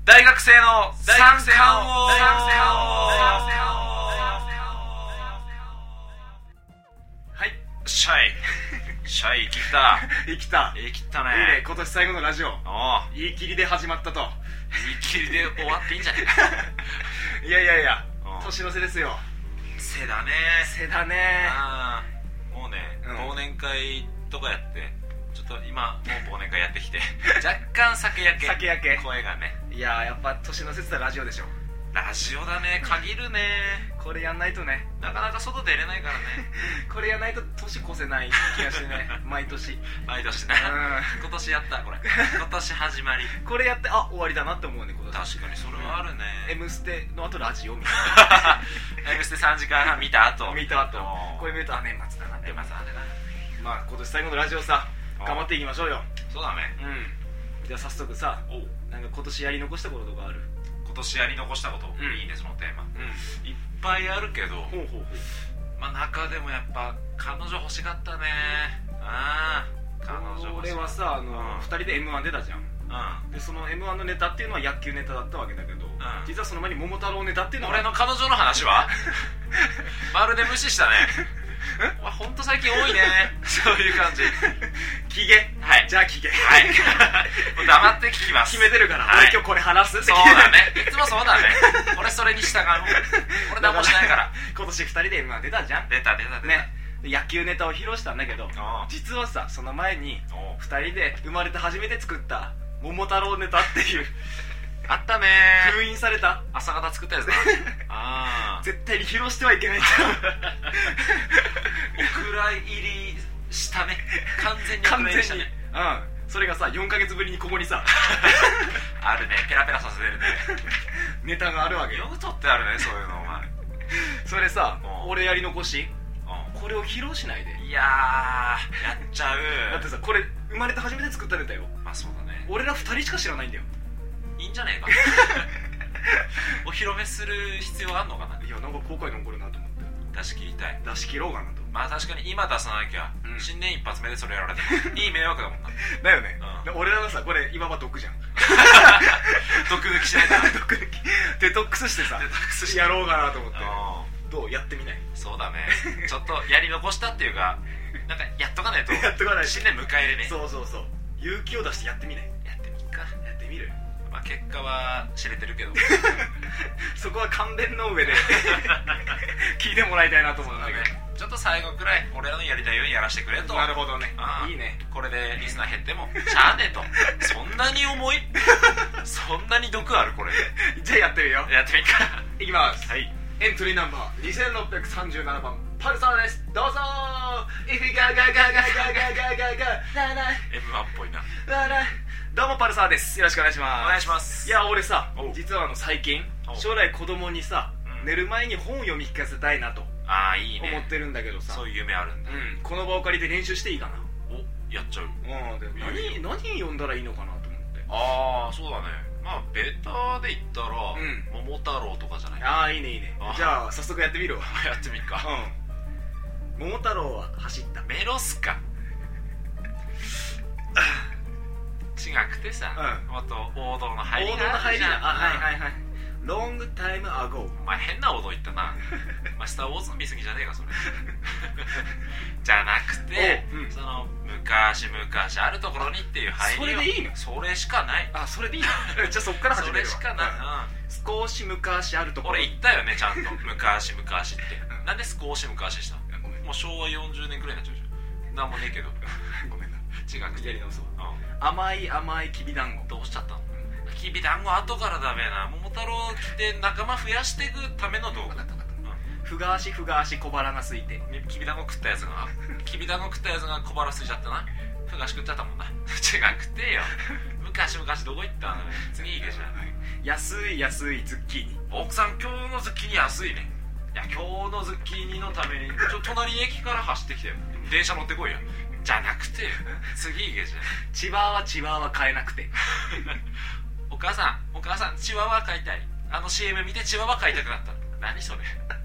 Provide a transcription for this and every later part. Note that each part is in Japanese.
大学生の三冠王。 はい、 シャイシャイ生きた生きた生きたね。 いいね、今年最後のラジオ。言い切りで始まったと。 言い切りで終わっていいんじゃないいやいやいや、年の瀬ですよ。 瀬だね。 瀬だね。 もうね、忘年会とかやってちょっと今もう忘年会やってきて若干酒焼け声がね。 いややっぱ年の瀬ってラジオでしょ。 ラジオだね。限るね。 これやんないとね、 なかなか外出れないからねこれやんないと年越せない気がしてね毎年ね、今年やったこれ今年始まりこれやって終わりだなって思うね今年。 確かにそれはあるね。 M ステの後ラジオみたいな M ステ3時間半見た後これ見ると年末だなってまずあれだ。 まあ今年最後のラジオさ、頑張っていきましょうよ。 そうだね。 じゃあ早速さ、なんか今年やり残したこととかある？ 今年やり残したこと、いいねそのテーマ、いっぱいあるけど、まあ中でもやっぱ彼女欲しかったね。彼女欲しかった。 俺はさ2人で M1 出たじゃん。でその M1 のネタっていうのは野球ネタだったわけだけど、実はその前に桃太郎ネタっていうのは俺の彼女の話はまるで無視したね。ほんと最近多いねそういう感じ。 聞け。はい、じゃあ聞け。 はいもう黙って聞きます。 決めてるから、俺今日これ話すって。 そうだね、いつもそうだね。俺それに従う。俺何もしないから。 今年2人で M1 出たじゃん。 出たね。 野球ネタを披露したんだけど、実はさその前に2人で生まれて初めて作った桃太郎ネタっていうあったね。 封印された朝方作ったやつだ絶対に披露してはいけないんだよお蔵入りしたね。完全にお蔵入りしたね。 それがさ4ヶ月ぶりにここにさあるね、ペラペラさせてるねネタがあるわけよ。 よく撮ってあるねそういうの。お前それさ俺やり残しこれを披露しないで。 いややっちゃう。 だってさこれ生まれて初めて作ったネタよ。 まあそうだね。 俺ら2人しか知らないんだよ。 いいんじゃねえかお披露目する必要あんのかな。 いやなんか後悔残るなと思って出し切りたい。 出し切ろうかなと。 まあ確かに今出さなきゃ、新年一発目でそれやられていい迷惑だもんなだよね、俺らはさこれ今は毒じゃん毒抜きしないと毒抜きデトックスしてさやろうかなと思って。どうやってみない？ そうだねちょっとやり残したっていうかなんかやっとかないと新年迎えれね。 そう勇気を出してやってみない？ やってみっか。 やってみる。 まあ結果は知れてるけどそこは勘弁の上で聞いてもらいたいなと思うんだけど、 ちょっと最後くらい俺らのやりたいようにやらせてくれと。 なるほどね。いいね。 これでリスナー減ってもしゃあねえとそんなに重いそんなに毒あるこれじゃあやってみよう。 やってみっか。 いきます。 はい。 エントリーナンバー2637番パルサーです。どうぞー。イフィガガガガガガガガガナナ M1 っぽいな。 どうもパルサーです。よろしくお願いします。 お願いします。 いや俺さ実は最近将来子供にさ寝る前に本を読み聞かせたいなといいね思ってるんだけどさ。 そういう夢あるんだ。 この場を借りて練習していいかな。 やっちゃう。 何読んだらいいのかなと思って。 そうだね。まあベタで言ったら桃太郎とかじゃない。 いいね。じゃあ早速やってみるわ。 やってみっか。 桃太郎は走った。 メロスか違くてさ、もっと王道の入りがあるじゃん。 ロングタイムアゴー。 お前変な王道言ったなスターウォーズの見過ぎじゃねえかそれじゃなくて、その昔あるところにっていう入り。 それでいいの？ それしかない。 それでいいのじゃあそっから始めるわ。 それしかない。 少し昔あるところ。 俺言ったよねちゃんと昔ってなんで少し昔した？もう昭和40年くらいになっちゃうじゃん。なんもねえけどごめんな。 違くてやり直そう。甘いきびだんご。 どうしちゃったの？きびだんご後からダメな。桃太郎来て仲間増やしていくための道具。 ふが足小腹が空いてきびだんご食ったやつが小腹空いちゃったな。ふがし食っちゃったもんな。違くてよ昔どこ行ったの？次行けじゃん。 安いズッキーニ。 奥さん今日のズッキーニ安いね。いや今日のズッキーニのために隣駅から走ってきてよ。電車乗ってこいよ。じゃなくて次行けじゃん。 チワワ買えなくてお母さんチワワ買いたい。CM 見てチワワ買いたくなった。何それ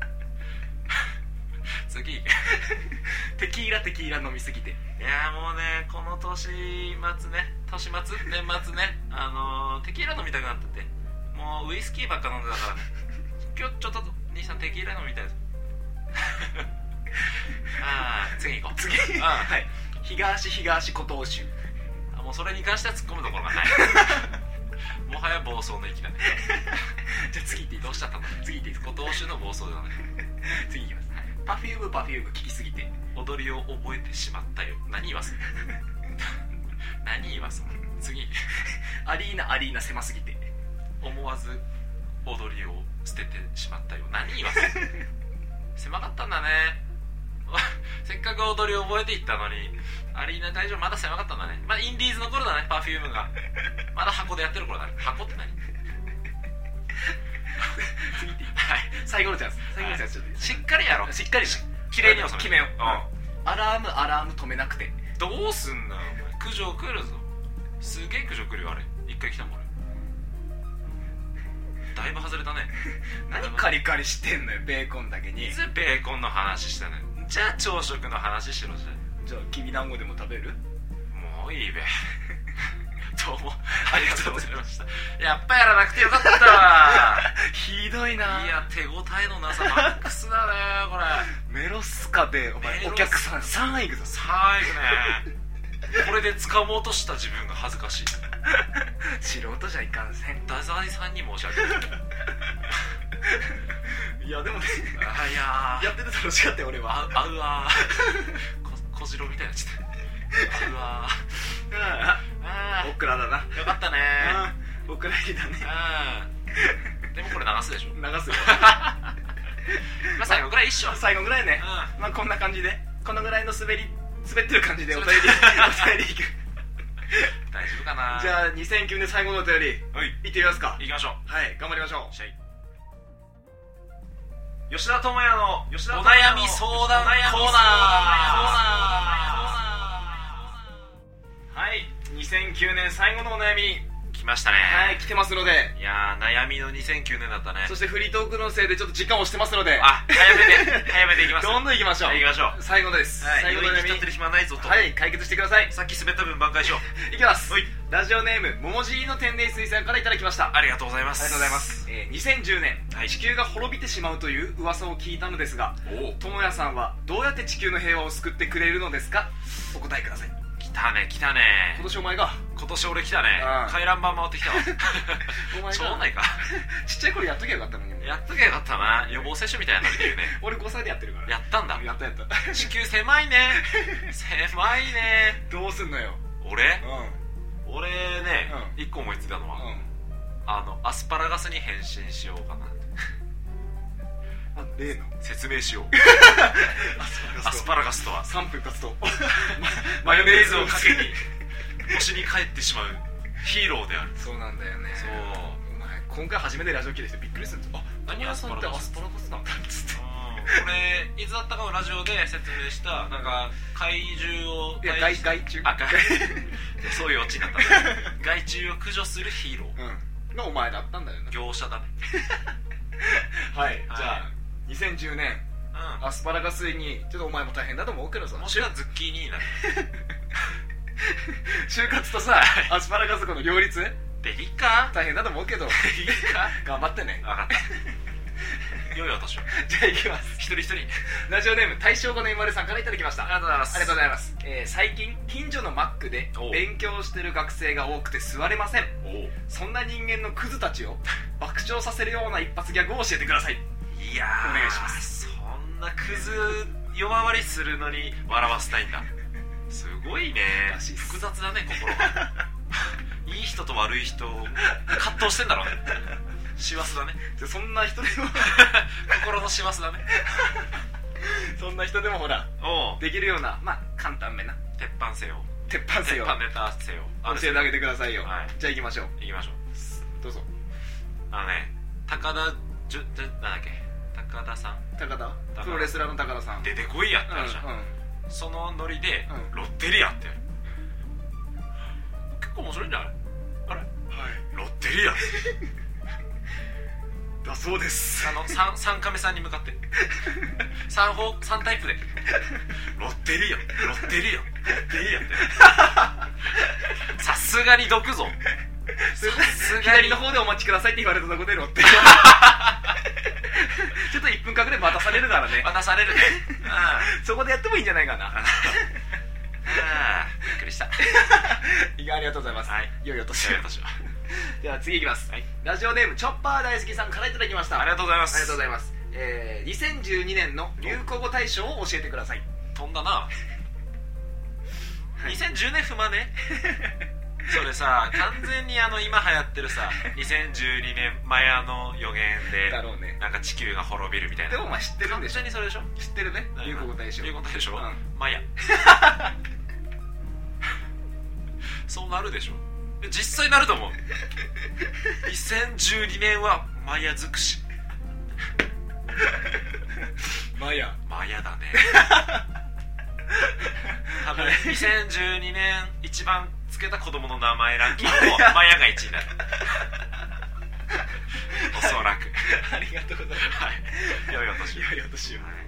次行けテキーラ飲みすぎて。いやもうねこの年末ねテキーラ飲みたくなったって。 もうウイスキーばっか飲んでたからね。今日ちょっと兄さんテキーラ飲みたいです。ああ、次行こう。 次、はい、東古東州。 もうそれに関しては突っ込むところがない。もはや暴走の域だね。 じゃあ次行っていい？ どうしちゃったの？ 次行っていいですか？ 古東州の暴走だね。 次行きます。パフューム聞きすぎて踊りを覚えてしまったよ。何言わす何言わすの。次。 アリーナ狭すぎて思わず踊りを捨ててしまったよ。何言わす狭かったんだね。せっかく踊りを覚えていったのにアリーナ会場まだ狭かったんだね。まだインディーズの頃だね。パフュームがまだ箱でやってる頃だね。箱って何？ 次っていい？ はい、 最後のチャンス。ちょっとしっかりやろ。 しっかり綺麗に収め決めよう、アラーム止めなくてどうすんのよ。苦情来るぞ。すげえ苦情来るよ。あれ一回来たもん俺。だいぶ外れたね。 何カリカリしてんのよ。ベーコンだけに。 いつベーコンの話したのよ。じゃあ朝食の話しろ。 じゃあきびだんごでも食べる？ もういいべ。どうもありがとうございました。やっぱやらなくてよかったわ。 ひどいな。 いや手応えのなさマックスだねこれ。 メロスカでお前お客さん3位いくぞ。 3位いくね。これで掴もうとした自分が恥ずかしい。 素人じゃいかんせん。 太宰さんに申し訳ない。 いやでもね、 いややってて楽しかったよ俺は。 合うわ。小次郎みたいになっちゃった。合うわ。 オクラだな。 よかったね。 オクラ入りだね。 でもこれ流すでしょ。 流すよ。 まあ最後ぐらい一緒。 最後ぐらいね。まあこんな感じで、このぐらいの滑ってる感じでお便りいく。 大丈夫かな。 じゃあ2009年最後のお便りいってみますか。 いきましょう。 はい、頑張りましょう。 吉田智也のお悩み相談コーナー。 はい、2009年最後のお悩み来ましたね。 はい、来てますので。 いやー悩みの2009年だったね。 そしてフリートークのせいでちょっと時間をしてますので、 早めでいきます。 どんどんいきましょう。 最後です。 最後の悩み浸ってる暇ないぞと。 はい、解決してください。 さっき滑った分挽回しよう。 いきます。ラジオネームももじの天然水さんからいただきました。 ありがとうございます。 ありがとうございます。2010年、地球が滅びてしまうという噂を聞いたのですが、ともやさんはどうやって地球の平和を救ってくれるのですか？お答えください。 来たね。 今年お前が。 今年俺来たね。回覧板回ってきたわ。 お前が町内か。 ちっちゃい頃やっときゃよかったのに。 やっときゃよかったな。予防接種みたいなので言うね。 俺5歳でやってるから。 やったんだ。 やった地球狭いね。狭いね。 どうすんのよ。 俺ね、1個思いついたのは、アスパラガスに変身しようかな。 例の説明しよう。アスパラガスとは 3分経つとマヨネーズをかけに星に帰ってしまうヒーローである。 そうなんだよね。 そう、 お前今回初めてラジオ聞いて人びっくりするんですよ。 何アスパラガスなんだっつって。 これいつだったかのラジオで説明したなんか怪獣を害虫そういうオチになったんだ。害虫を駆除するヒーローがお前だったんだよね。 業者だね。 はい、じゃあ2010年アスパラガスにちょっとお前も大変だと思うけどさ、 もしくはズッキーニになる。 就活とさアスパラガスこの両立できっか。 大変だと思うけど頑張ってね。 分かった。良いお年を。 じゃあいきます。 一人一人。 ラジオネーム大正5年生まれさんからいただきました。 ありがとうございます。 ありがとうございます。最近近所のマックで勉強してる学生が多くて座れません。そんな人間のクズたちを爆笑させるような一発ギャグを教えてください。 いやー、 お願いします。 そんなクズ夜回りするのに笑わせたいんだ。すごいね。複雑だね心が。いい人と悪い人葛藤してんだろうね。師走だね。 そんな人でも心の師走だね。 そんな人でもほらできるような、まあ簡単めな鉄板ネタせよ教えてあげてくださいよ。じゃあ行きましょう。どうぞ。 高田なんだっけ、高田さん、 プロレスラーの高田さん出てこいやってあるじゃん。そのノリでロッテリアって結構面白いんじゃない？あれ、ロッテリアだそうです。 3カメさんに向かって3タイプでロッテリアってさすがに毒ぞ。 それでさすがに左の方でお待ちくださいって言われたとこで乗ってちょっと1分間くらい待たされるからね。 渡されるね。 そこでやってもいいんじゃないかな。 びっくりした。 いや、ありがとうございます。 はい、 良いお年を。 良いお年を。 では次いきます、 はい、 ラジオネームチョッパー大好きさんからいただきました。 ありがとうございます。 ありがとうございます。2012年の流行語大賞を教えてください。 飛んだな、 はい、 2010年踏まね。それさ、完全に今流行ってるさ、2012年マヤの予言でだろうね。 なんか地球が滅びるみたいな。 でもまあ知ってるんでしょ。 完全にそれでしょ。 知ってるね、流行語大賞。 流行語大賞、マヤ。そうなるでしょ。実際なると思う。2012年はマヤ尽くし。 マヤだね。多分2012年一番つけた子供の名前ランキングもマヤが1位になる。おそらく。 ありがとうございます。 はい、良いお年を。 良いお年を。 はい、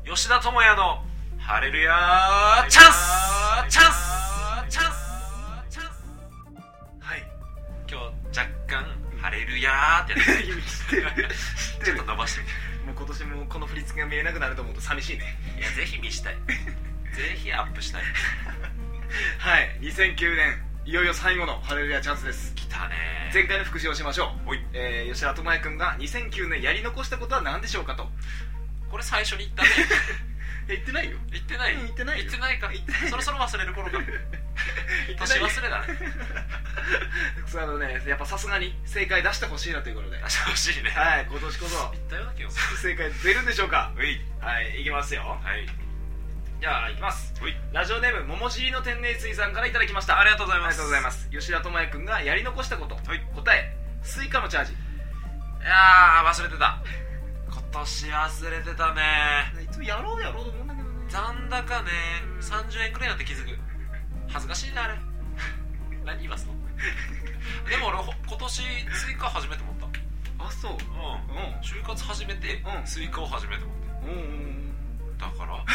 吉田智也のハレルヤチャンスチャンスチャンスチャンス。はい、今日若干ハレルヤーってやってる。 知ってるちょっと伸ばしてみて。 もう今年もこの振り付けが見えなくなると思うと寂しいね。 いや、ぜひ見したい。ぜひアップしたい。 はい、2009年いよいよ最後のハレルヤチャンスです。 来たね。 前回の復習をしましょう。 おい、 吉田智也君が2009年やり残したことは何でしょうかと。 これ最初に言ったね。 言ってないよ。 言ってない。 言ってない。 言ってないか。 言ってない。 そろそろ忘れる頃か。年忘れだね。 そうやっぱさすがに正解出してほしいなということで。 出してほしいね。 はい、今年こそ言ったような気がする。 正解出るんでしょうか。 はい、 はい、いきますよ。 はい、 じゃあいきます。 はい、 ラジオネーム桃尻の天然水さんからいただきました。 ありがとうございます。 ありがとうございます。吉田智也君がやり残したこと、 はい、 答えスイカのチャージ。 いやー、忘れてた。今年忘れてたね。 いつもやろうと思うんだけどね。 残高ね、30円くらいになって気づく。恥ずかしいね、あれ。何言わすの。でも俺今年スイカ初めて持った。 あ、そう。うん。 就活始めて、スイカを初めて持って。だから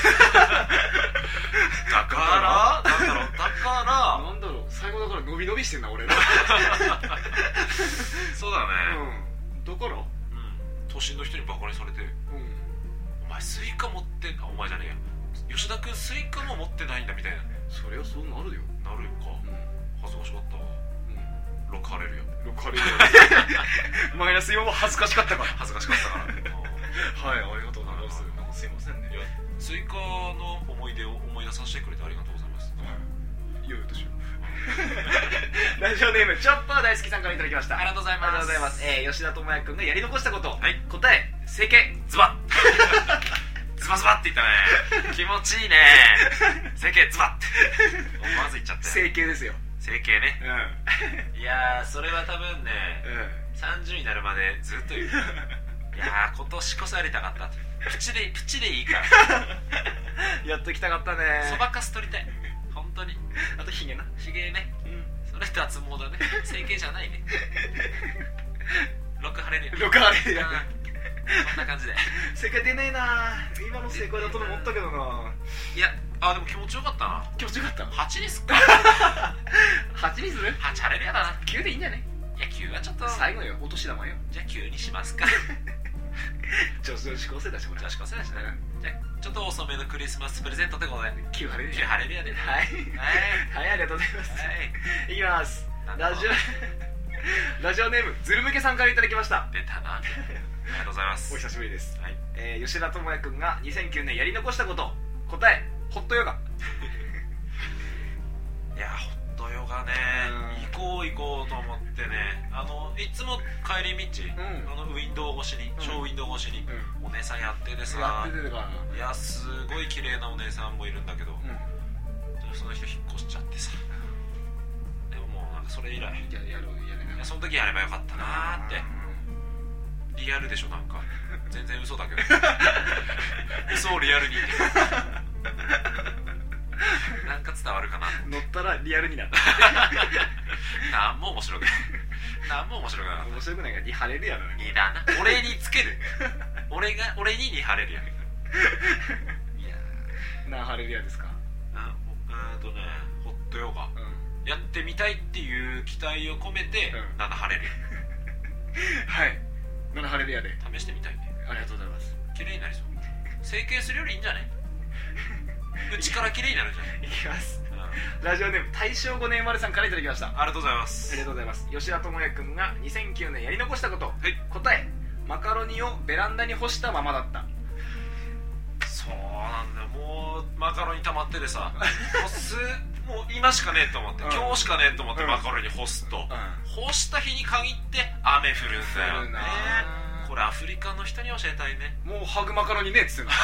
なんだろう、最後だから伸び伸びしてんな俺ら。 そうだね。 だから都心の人にバカにされて、お前スイカ持ってん、お前じゃねえや、吉田君スイカも持ってないんだみたいな。 そりゃそうなるよ。 なるか。恥ずかしかったわ。6ハレルヤ。 マイナス4は恥ずかしかったから。 恥ずかしかったから。 はい、ありがとうございます。なんかすいませんね。 スイカの思い出を思い出させてくれてありがとうございます。 良いお年を。ラジオネームチョッパー大好きさんからいただきました。 ありがとうございます。 ありがとうございます。吉田智也君がやり残したこと、 はい、 答え整形。 ズバッズバズバって言ったね。気持ちいいね。整形ズバッ思わず言っちゃったよ。 整形ですよ。 整形ね。いやー、それは多分ね、30になるまでずっと言う。いやー、今年こそやりたかった。プチでいいから。 やっときたかったね。 そばかす取りたい。本当に。 あとヒゲな。 ヒゲね。それ脱毛だね。整形じゃないね。6ハレルヤ。 6ハレルヤ。 こんな感じで。 正解出ねえな。今の正解だと思ったけどな。 いや、でも気持ちよかったな。 気持ちよかった。 8にすっか。 8にする。 8ハレルヤだな。 9でいいんじゃない。 いや、9はちょっと最後よ、お年玉よ。 じゃあ9にしますか。 女子高生だし、これ。 女子高生だしね。じゃあちょっと遅めのクリスマスプレゼントってことで 9ハレルヤ。 9ハレルヤで。 はいはい、ありがとうございます。いきます。ラジオネームズル向けさんからいただきました。 出たな。ありがとうございます。 お久しぶりです。 はい、 吉田智也君が2009年やり残したこと、答えホットヨガ。 いや、ホットヨガね、行こうと思ってね、いつも帰り道、ウィンドウ越しに、ショーウィンドウ越しに、お姉さんやっててさ、いや、すごい綺麗なお姉さんもいるんだけど、その人引っ越しちゃってさ、でももうなんかそれ以来、その時やればよかったなーって。リアルでしょ、なんか全然嘘だけど。嘘をリアルに。なんか伝わるかな。 乗ったらリアルになった。 なんも面白くない。面白くないから2ハレルヤだね。 いらな。俺につける。俺に2ハレルヤ。いや、 何ハレルヤですか。 ホットヨガ、やってみたいっていう期待を込めて、7ハレルヤはい7ハレルヤで試してみたいね。 ありがとうございます。 綺麗になりそう。整形するよりいいんじゃね。内から綺麗になるんじゃない。 いきます、ラジオネーム大正5年生まれさんからいただきました。 ありがとうございます。 ありがとうございます。吉田智也くんが2009年やり残したこと、答えマカロニをベランダに干したままだった。 そうなんだよ。もうマカロニ溜まっててさ干すもう今しかねえと思って、今日しかねえと思ってマカロニ干すと、干した日に限って雨降るんだよね。これアフリカの人に教えたいね。 もうハグマカロニねっつってんの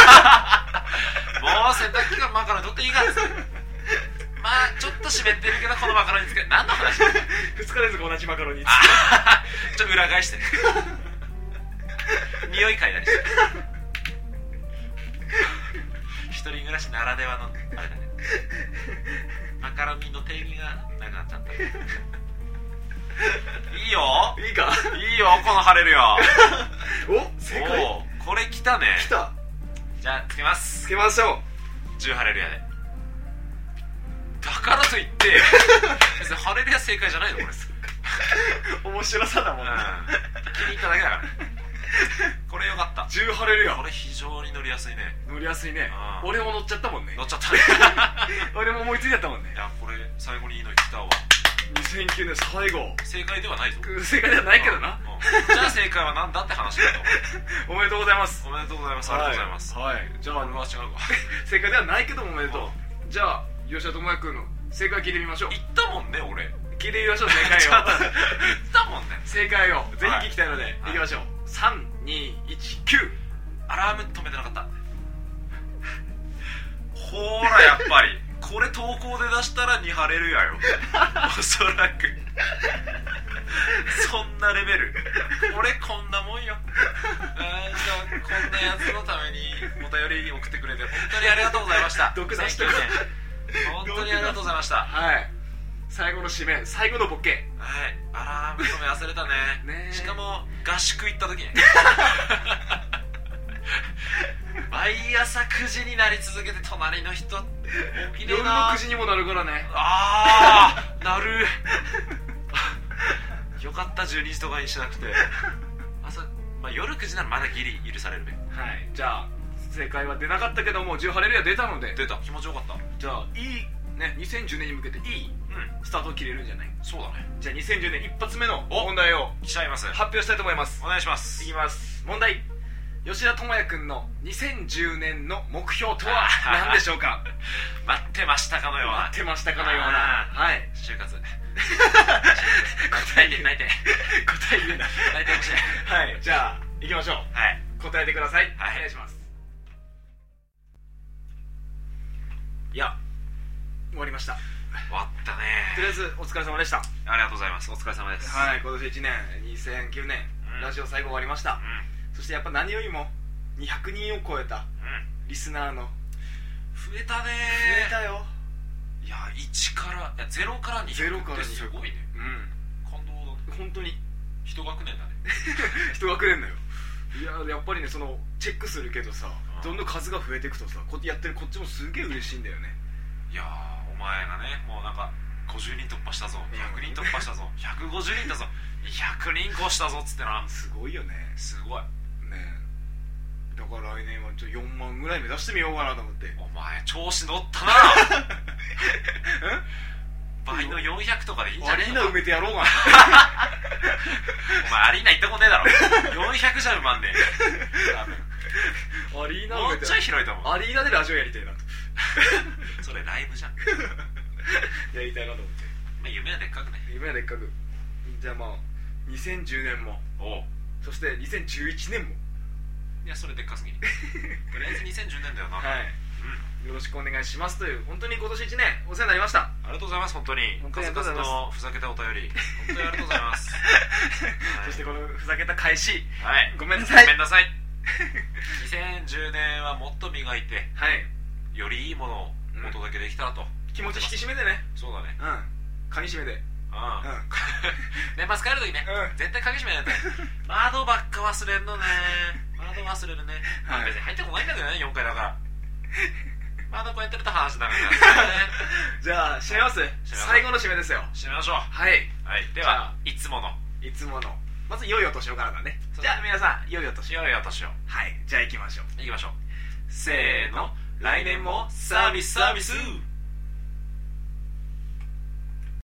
もう洗濯機がマカロニ取っていいかっつってまあちょっと湿ってるけどこのマカロニつけ何の話 2日連続同じマカロニちょっと裏返して匂い嗅いだりして一人暮らしならではのあれだね。マカロニの定義がなくなっちゃったいいよいいかいいよこのハレルヤお正解。 おこれ来たね。 来た。 じゃあつけます。 つけましょう。 10ハレルヤで。だからといって別にハレルヤ正解じゃないのこれ面白さだもんね、 気に入っただけだからこれよかった。 10ハレルヤこれ非常に乗りやすいね。 乗りやすいね。俺も乗っちゃったもんね。 乗っちゃったね俺も思いついちゃったもんね。 いやこれ最後にいいの来たわ。 2009年最後。 正解ではないぞ。 正解ではないけどな。 じゃあ正解は何だって話だとおめでとうございます。 おめでとうございます。ありがとうございます。 はい。じゃあ俺は違うわ正解ではないけどもおめでとう。じゃあ吉田智也君の正解聞いてみましょう。 言ったもんね俺。 聞いてみましょう正解を言ったもんね。 正解をぜひ聞きたいのでいきましょう。3219。 アラーム止めてなかったほらやっぱりこれ投稿で出したら2ハレルヤよおそらくそんなレベル。俺こんなもんよ。じゃあこんなやつのためにお便り送ってくれて本当にありがとうございました。 毒出してる。 本当にありがとうございました。 はい。最後の締め、最後のボケ。 はい。アラーム止め忘れたね。 ね。 しかも合宿行った時ね毎朝9時になり続けて隣の人起きねえな。 夜の9時にもなるからね。 ああなるよかった12時とかにしなくて朝、夜9時ならまだギリ許されるべ。 はい。じゃあ正解は出なかったけども10ハレルヤ出たので。 出た。気持ちよかった。 じゃあいいね、2010年に向けていいスタートを切れるんじゃない。 そうだね。 じゃあ2010年一発目の問題を来ちゃいます。 発表したいと思います。 お願いします。 いきます。問題。吉田智也くんの2010年の目標とは何でしょうか待ってましたかのような。 待ってましたかのような。はい。 就活答えてないて答え言うな。 泣いてほしい。 はい。じゃあ行きましょう。 はい。 答えてください。 はい。 お願いします。 いや終わりました。 終わったね。 とりあえずお疲れ様でした。 ありがとうございます。お疲れ様です。 はい。今年1年2009年、ラジオ最後終わりました。そしてやっぱ何よりも200人を超えたリスナーの増えたね。 増えたよ。 いや1からいや0から200ってすごいね。感動だ。 本当に一学年だね一学年だよ。いややっぱりね、そのチェックするけどさ、どんどん数が増えていくとさ、やってるこっちもすげえ嬉しいんだよね。 いやお前がね、もうなんか50人突破したぞ、100人突破したぞ、150人だぞ、200人越したぞっつってな。 すごいよね。 すごいね。だから来年はちょっと4万ぐらい目指してみようかなと思って。 お前調子乗ったな倍の400とかでいいんじゃねえのか。 アリーナ埋めてやろうかなお前アリーナ行ったことねえだろ400じゃ埋まんねえ多分アリーナもうちょい広いと思う。 アリーナでラジオやりたいなとそれライブじゃんやりたいなと思って。 まあ夢はでっかくね。 夢はでっかく。じゃあまあ2010年もそして2011年も。 いやそれでっかすぎるとりあえず2010年だよな。 はい、よろしくお願いしますという。本当に今年1年お世話になりました。 ありがとうございます。本当に数々のふざけたお便り本当にありがとうございます、 そしてこのふざけた返し、ごめんなさい。 ごめんなさい2010年はもっと磨いて、よりいいものをお届けできたらと、 気持ち引き締めてね。 そうだね。 噛み締めて。 年末帰るときね、絶対鍵閉めないと。窓ばっか忘れんのね。窓忘れるね。別に入ってこないんだけどね、4回だから。 まだこうやってると話ダメなんですねじゃあ締めます。最後の締めですよ。 締めましょう。 はい、 はい、ではいつものまず良いお年をからだね。じゃあ皆さん良いお年を。 良いお年を。 はい、じゃあ行きましょう。 せーの、 来年もサービス